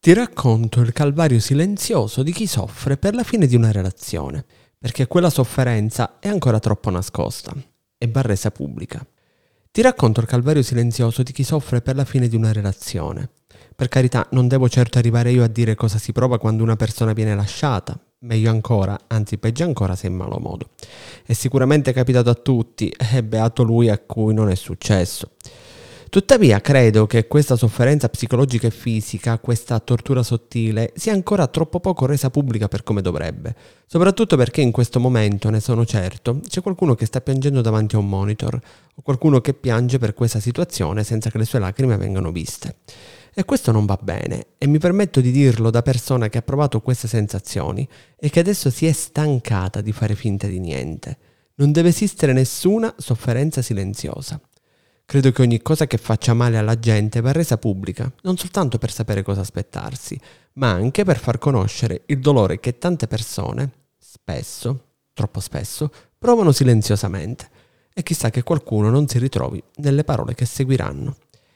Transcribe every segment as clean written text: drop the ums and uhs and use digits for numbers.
Ti racconto il calvario silenzioso di chi soffre per la fine di una relazione, perché quella sofferenza è ancora troppo nascosta e va resa pubblica. Ti racconto il calvario silenzioso di chi soffre per la fine di una relazione. Per carità, non devo certo arrivare io a dire cosa si prova quando una persona viene lasciata, meglio ancora, anzi peggio ancora se in malo modo. È sicuramente capitato a tutti e beato lui a cui non è successo. Tuttavia credo che questa sofferenza psicologica e fisica, questa tortura sottile, sia ancora troppo poco resa pubblica per come dovrebbe, soprattutto perché in questo momento, ne sono certo, c'è qualcuno che sta piangendo davanti a un monitor o qualcuno che piange per questa situazione senza che le sue lacrime vengano viste. E questo non va bene, e mi permetto di dirlo da persona che ha provato queste sensazioni e che adesso si è stancata di fare finta di niente. Non deve esistere nessuna sofferenza silenziosa. Credo che ogni cosa che faccia male alla gente va resa pubblica, non soltanto per sapere cosa aspettarsi, ma anche per far conoscere il dolore che tante persone, spesso, troppo spesso, provano silenziosamente. E chissà che qualcuno non si ritrovi nelle parole che seguiranno.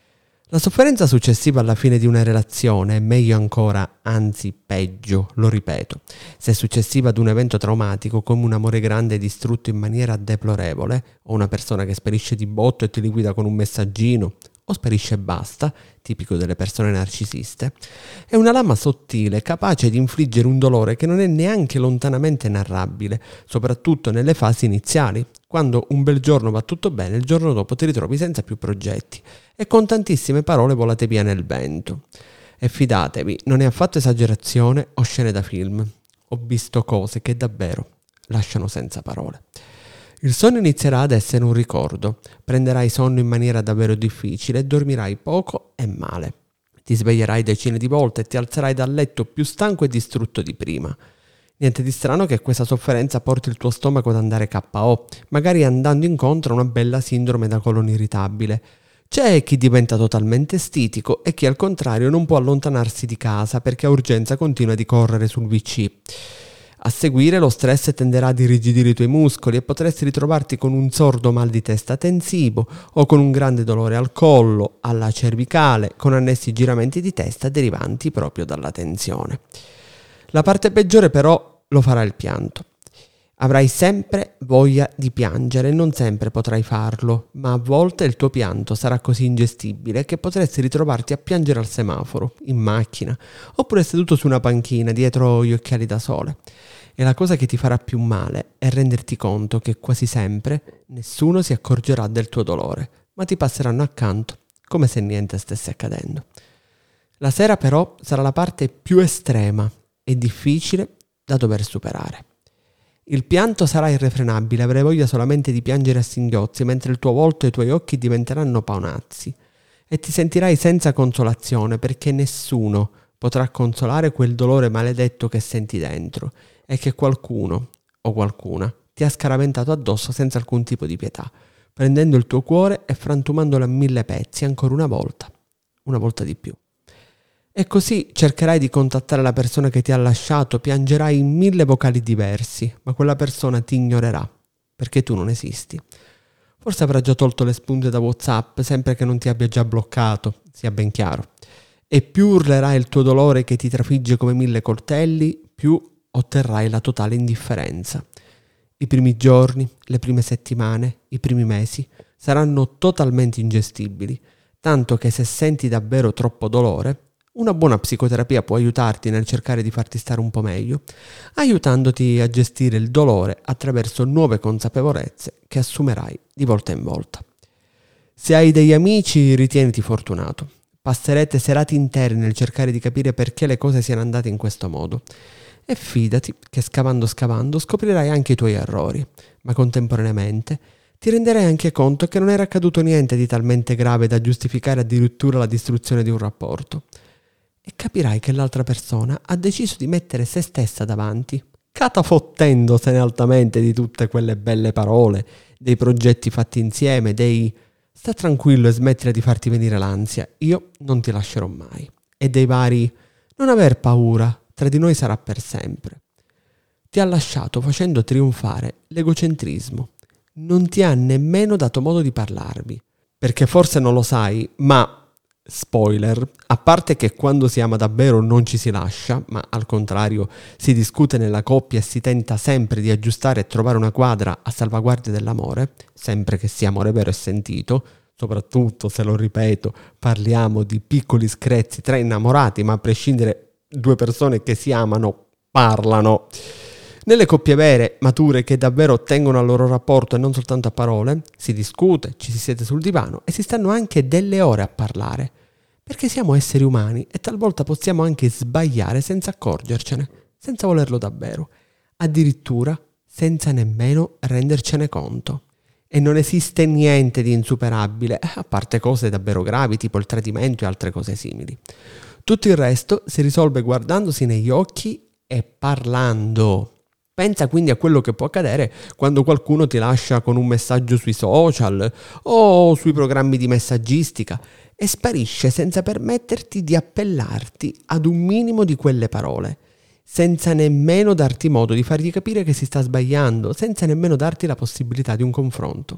La sofferenza successiva alla fine di una relazione, meglio ancora, anzi peggio, lo ripeto, se è successiva ad un evento traumatico come un amore grande distrutto in maniera deplorevole, o una persona che sparisce di botto e ti liquida con un messaggino, o sparisce e basta, tipico delle persone narcisiste, è una lama sottile capace di infliggere un dolore che non è neanche lontanamente narrabile, soprattutto nelle fasi iniziali, quando un bel giorno va tutto bene, il giorno dopo ti ritrovi senza più progetti e con tantissime parole volate via nel vento. E fidatevi, non è affatto esagerazione o scene da film. Ho visto cose che davvero lasciano senza parole. Il sonno inizierà ad essere un ricordo, prenderai sonno in maniera davvero difficile e dormirai poco e male. Ti sveglierai decine di volte e ti alzerai dal letto più stanco e distrutto di prima. Niente di strano che questa sofferenza porti il tuo stomaco ad andare KO, magari andando incontro a una bella sindrome da colon irritabile. C'è chi diventa totalmente stitico e chi al contrario non può allontanarsi di casa perché ha urgenza continua di correre sul WC. A seguire lo stress tenderà ad irrigidire i tuoi muscoli e potresti ritrovarti con un sordo mal di testa tensivo o con un grande dolore al collo, alla cervicale, con annessi giramenti di testa derivanti proprio dalla tensione. La parte peggiore però lo farà il pianto. Avrai sempre voglia di piangere e non sempre potrai farlo, ma a volte il tuo pianto sarà così ingestibile che potresti ritrovarti a piangere al semaforo, in macchina, oppure seduto su una panchina dietro gli occhiali da sole. E la cosa che ti farà più male è renderti conto che quasi sempre nessuno si accorgerà del tuo dolore, ma ti passeranno accanto come se niente stesse accadendo. La sera però sarà la parte più estrema e difficile da dover superare. Il pianto sarà irrefrenabile, avrai voglia solamente di piangere a singhiozzi, mentre il tuo volto e i tuoi occhi diventeranno paonazzi. E ti sentirai senza consolazione, perché nessuno potrà consolare quel dolore maledetto che senti dentro e che qualcuno o qualcuna ti ha scaraventato addosso senza alcun tipo di pietà, prendendo il tuo cuore e frantumandolo a 1000 pezzi ancora una volta di più. E così cercherai di contattare la persona che ti ha lasciato, piangerai in 1000 vocali diversi, ma quella persona ti ignorerà, perché tu non esisti. Forse avrà già tolto le spunte da WhatsApp, sempre che non ti abbia già bloccato, sia ben chiaro. E più urlerai il tuo dolore che ti trafigge come 1000 coltelli, più otterrai la totale indifferenza. I primi giorni, le prime settimane, i primi mesi saranno totalmente ingestibili, tanto che se senti davvero troppo dolore, una buona psicoterapia può aiutarti nel cercare di farti stare un po' meglio, aiutandoti a gestire il dolore attraverso nuove consapevolezze che assumerai di volta in volta. Se hai degli amici, ritieniti fortunato. Passerete serate intere nel cercare di capire perché le cose siano andate in questo modo. E fidati che scavando scoprirai anche i tuoi errori, ma contemporaneamente ti renderai anche conto che non era accaduto niente di talmente grave da giustificare addirittura la distruzione di un rapporto. E capirai che l'altra persona ha deciso di mettere se stessa davanti, catafottendosene altamente di tutte quelle belle parole, dei progetti fatti insieme, dei sta tranquillo e smettila di farti venire l'ansia, io non ti lascerò mai, e dei vari non aver paura, tra di noi sarà per sempre. Ti ha lasciato facendo trionfare l'egocentrismo, non ti ha nemmeno dato modo di parlarvi, perché forse non lo sai, ma Spoiler, a parte che quando si ama davvero non ci si lascia, ma al contrario si discute nella coppia e si tenta sempre di aggiustare e trovare una quadra a salvaguardia dell'amore, sempre che sia amore vero e sentito, soprattutto se lo ripeto, parliamo di piccoli screzi tra innamorati, ma a prescindere due persone che si amano parlano. Nelle coppie vere, mature, che davvero tengono al loro rapporto e non soltanto a parole, si discute, ci si siede sul divano e si stanno anche delle ore a parlare. Perché siamo esseri umani e talvolta possiamo anche sbagliare senza accorgercene, senza volerlo davvero, addirittura senza nemmeno rendercene conto. E non esiste niente di insuperabile, a parte cose davvero gravi tipo il tradimento e altre cose simili. Tutto il resto si risolve guardandosi negli occhi e parlando. Pensa quindi a quello che può accadere quando qualcuno ti lascia con un messaggio sui social o sui programmi di messaggistica e sparisce senza permetterti di appellarti ad un minimo di quelle parole, senza nemmeno darti modo di fargli capire che si sta sbagliando, senza nemmeno darti la possibilità di un confronto.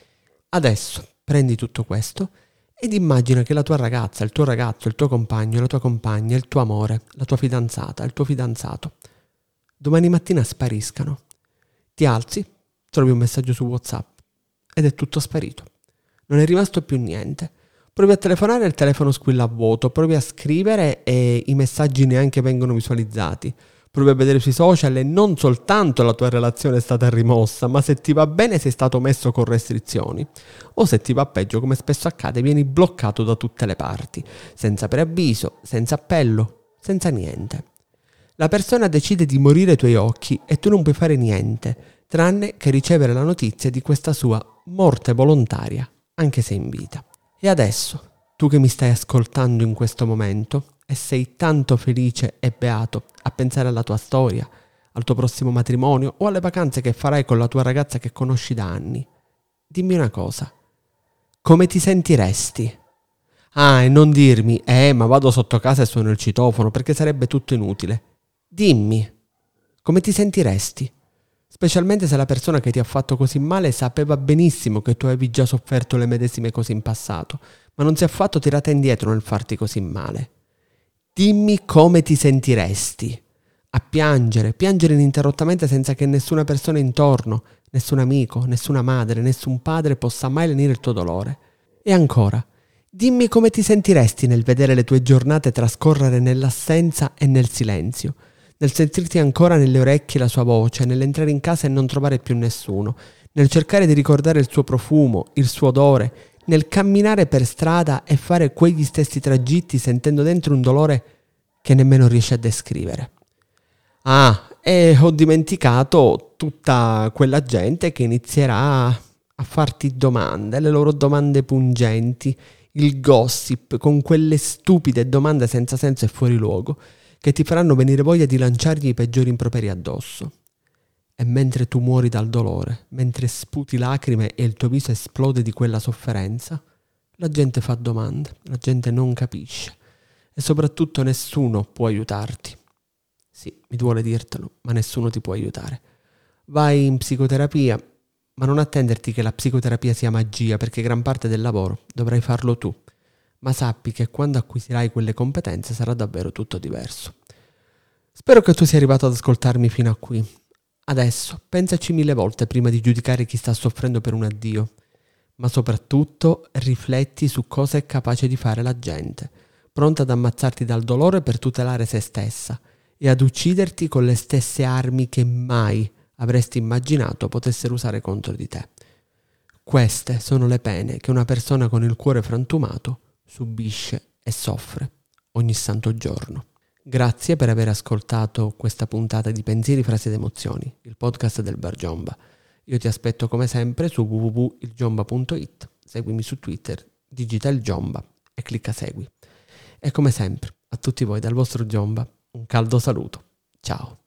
Adesso prendi tutto questo ed immagina che la tua ragazza, il tuo ragazzo, il tuo compagno, la tua compagna, il tuo amore, la tua fidanzata, il tuo fidanzato, domani mattina spariscano. Ti alzi, trovi un messaggio su WhatsApp ed è tutto sparito. Non è rimasto più niente. Provi a telefonare e il telefono squilla a vuoto, provi a scrivere e i messaggi neanche vengono visualizzati. Provi a vedere sui social e non soltanto la tua relazione è stata rimossa, ma se ti va bene sei stato messo con restrizioni. O se ti va peggio, come spesso accade, vieni bloccato da tutte le parti, senza preavviso, senza appello, senza niente. La persona decide di morire ai tuoi occhi e tu non puoi fare niente, tranne che ricevere la notizia di questa sua morte volontaria, anche se in vita. E adesso, tu che mi stai ascoltando in questo momento e sei tanto felice e beato a pensare alla tua storia, al tuo prossimo matrimonio o alle vacanze che farai con la tua ragazza che conosci da anni, dimmi una cosa. Come ti sentiresti? Ah, e non dirmi, ma vado sotto casa e suono il citofono, perché sarebbe tutto inutile. Dimmi, come ti sentiresti? Specialmente se la persona che ti ha fatto così male sapeva benissimo che tu avevi già sofferto le medesime cose in passato, ma non si è affatto tirata indietro nel farti così male. Dimmi come ti sentiresti. A piangere ininterrottamente senza che nessuna persona intorno, nessun amico, nessuna madre, nessun padre possa mai lenire il tuo dolore. E ancora, dimmi come ti sentiresti nel vedere le tue giornate trascorrere nell'assenza e nel silenzio, nel sentirti ancora nelle orecchie la sua voce, nell'entrare in casa e non trovare più nessuno, nel cercare di ricordare il suo profumo, il suo odore, nel camminare per strada e fare quegli stessi tragitti sentendo dentro un dolore che nemmeno riesci a descrivere. Ah, e ho dimenticato tutta quella gente che inizierà a farti domande, le loro domande pungenti, il gossip con quelle stupide domande senza senso e fuori luogo che ti faranno venire voglia di lanciargli i peggiori improperi addosso. E mentre tu muori dal dolore, mentre sputi lacrime e il tuo viso esplode di quella sofferenza, la gente fa domande, la gente non capisce e soprattutto nessuno può aiutarti. Sì, mi duole dirtelo, ma nessuno ti può aiutare. Vai in psicoterapia, ma non attenderti che la psicoterapia sia magia, perché gran parte del lavoro dovrai farlo tu. Ma sappi che quando acquisirai quelle competenze sarà davvero tutto diverso. Spero che tu sia arrivato ad ascoltarmi fino a qui. Adesso pensaci 1000 volte prima di giudicare chi sta soffrendo per un addio, ma soprattutto rifletti su cosa è capace di fare la gente, pronta ad ammazzarti dal dolore per tutelare se stessa e ad ucciderti con le stesse armi che mai avresti immaginato potessero usare contro di te. Queste sono le pene che una persona con il cuore frantumato subisce e soffre ogni santo giorno. Grazie per aver ascoltato questa puntata di Pensieri, Frasi ed Emozioni, il podcast del Bar Giomba. Io ti aspetto come sempre su www.ilgiomba.it, seguimi su Twitter, digita il Giomba e clicca segui. E come sempre, a tutti voi dal vostro Giomba, un caldo saluto. Ciao.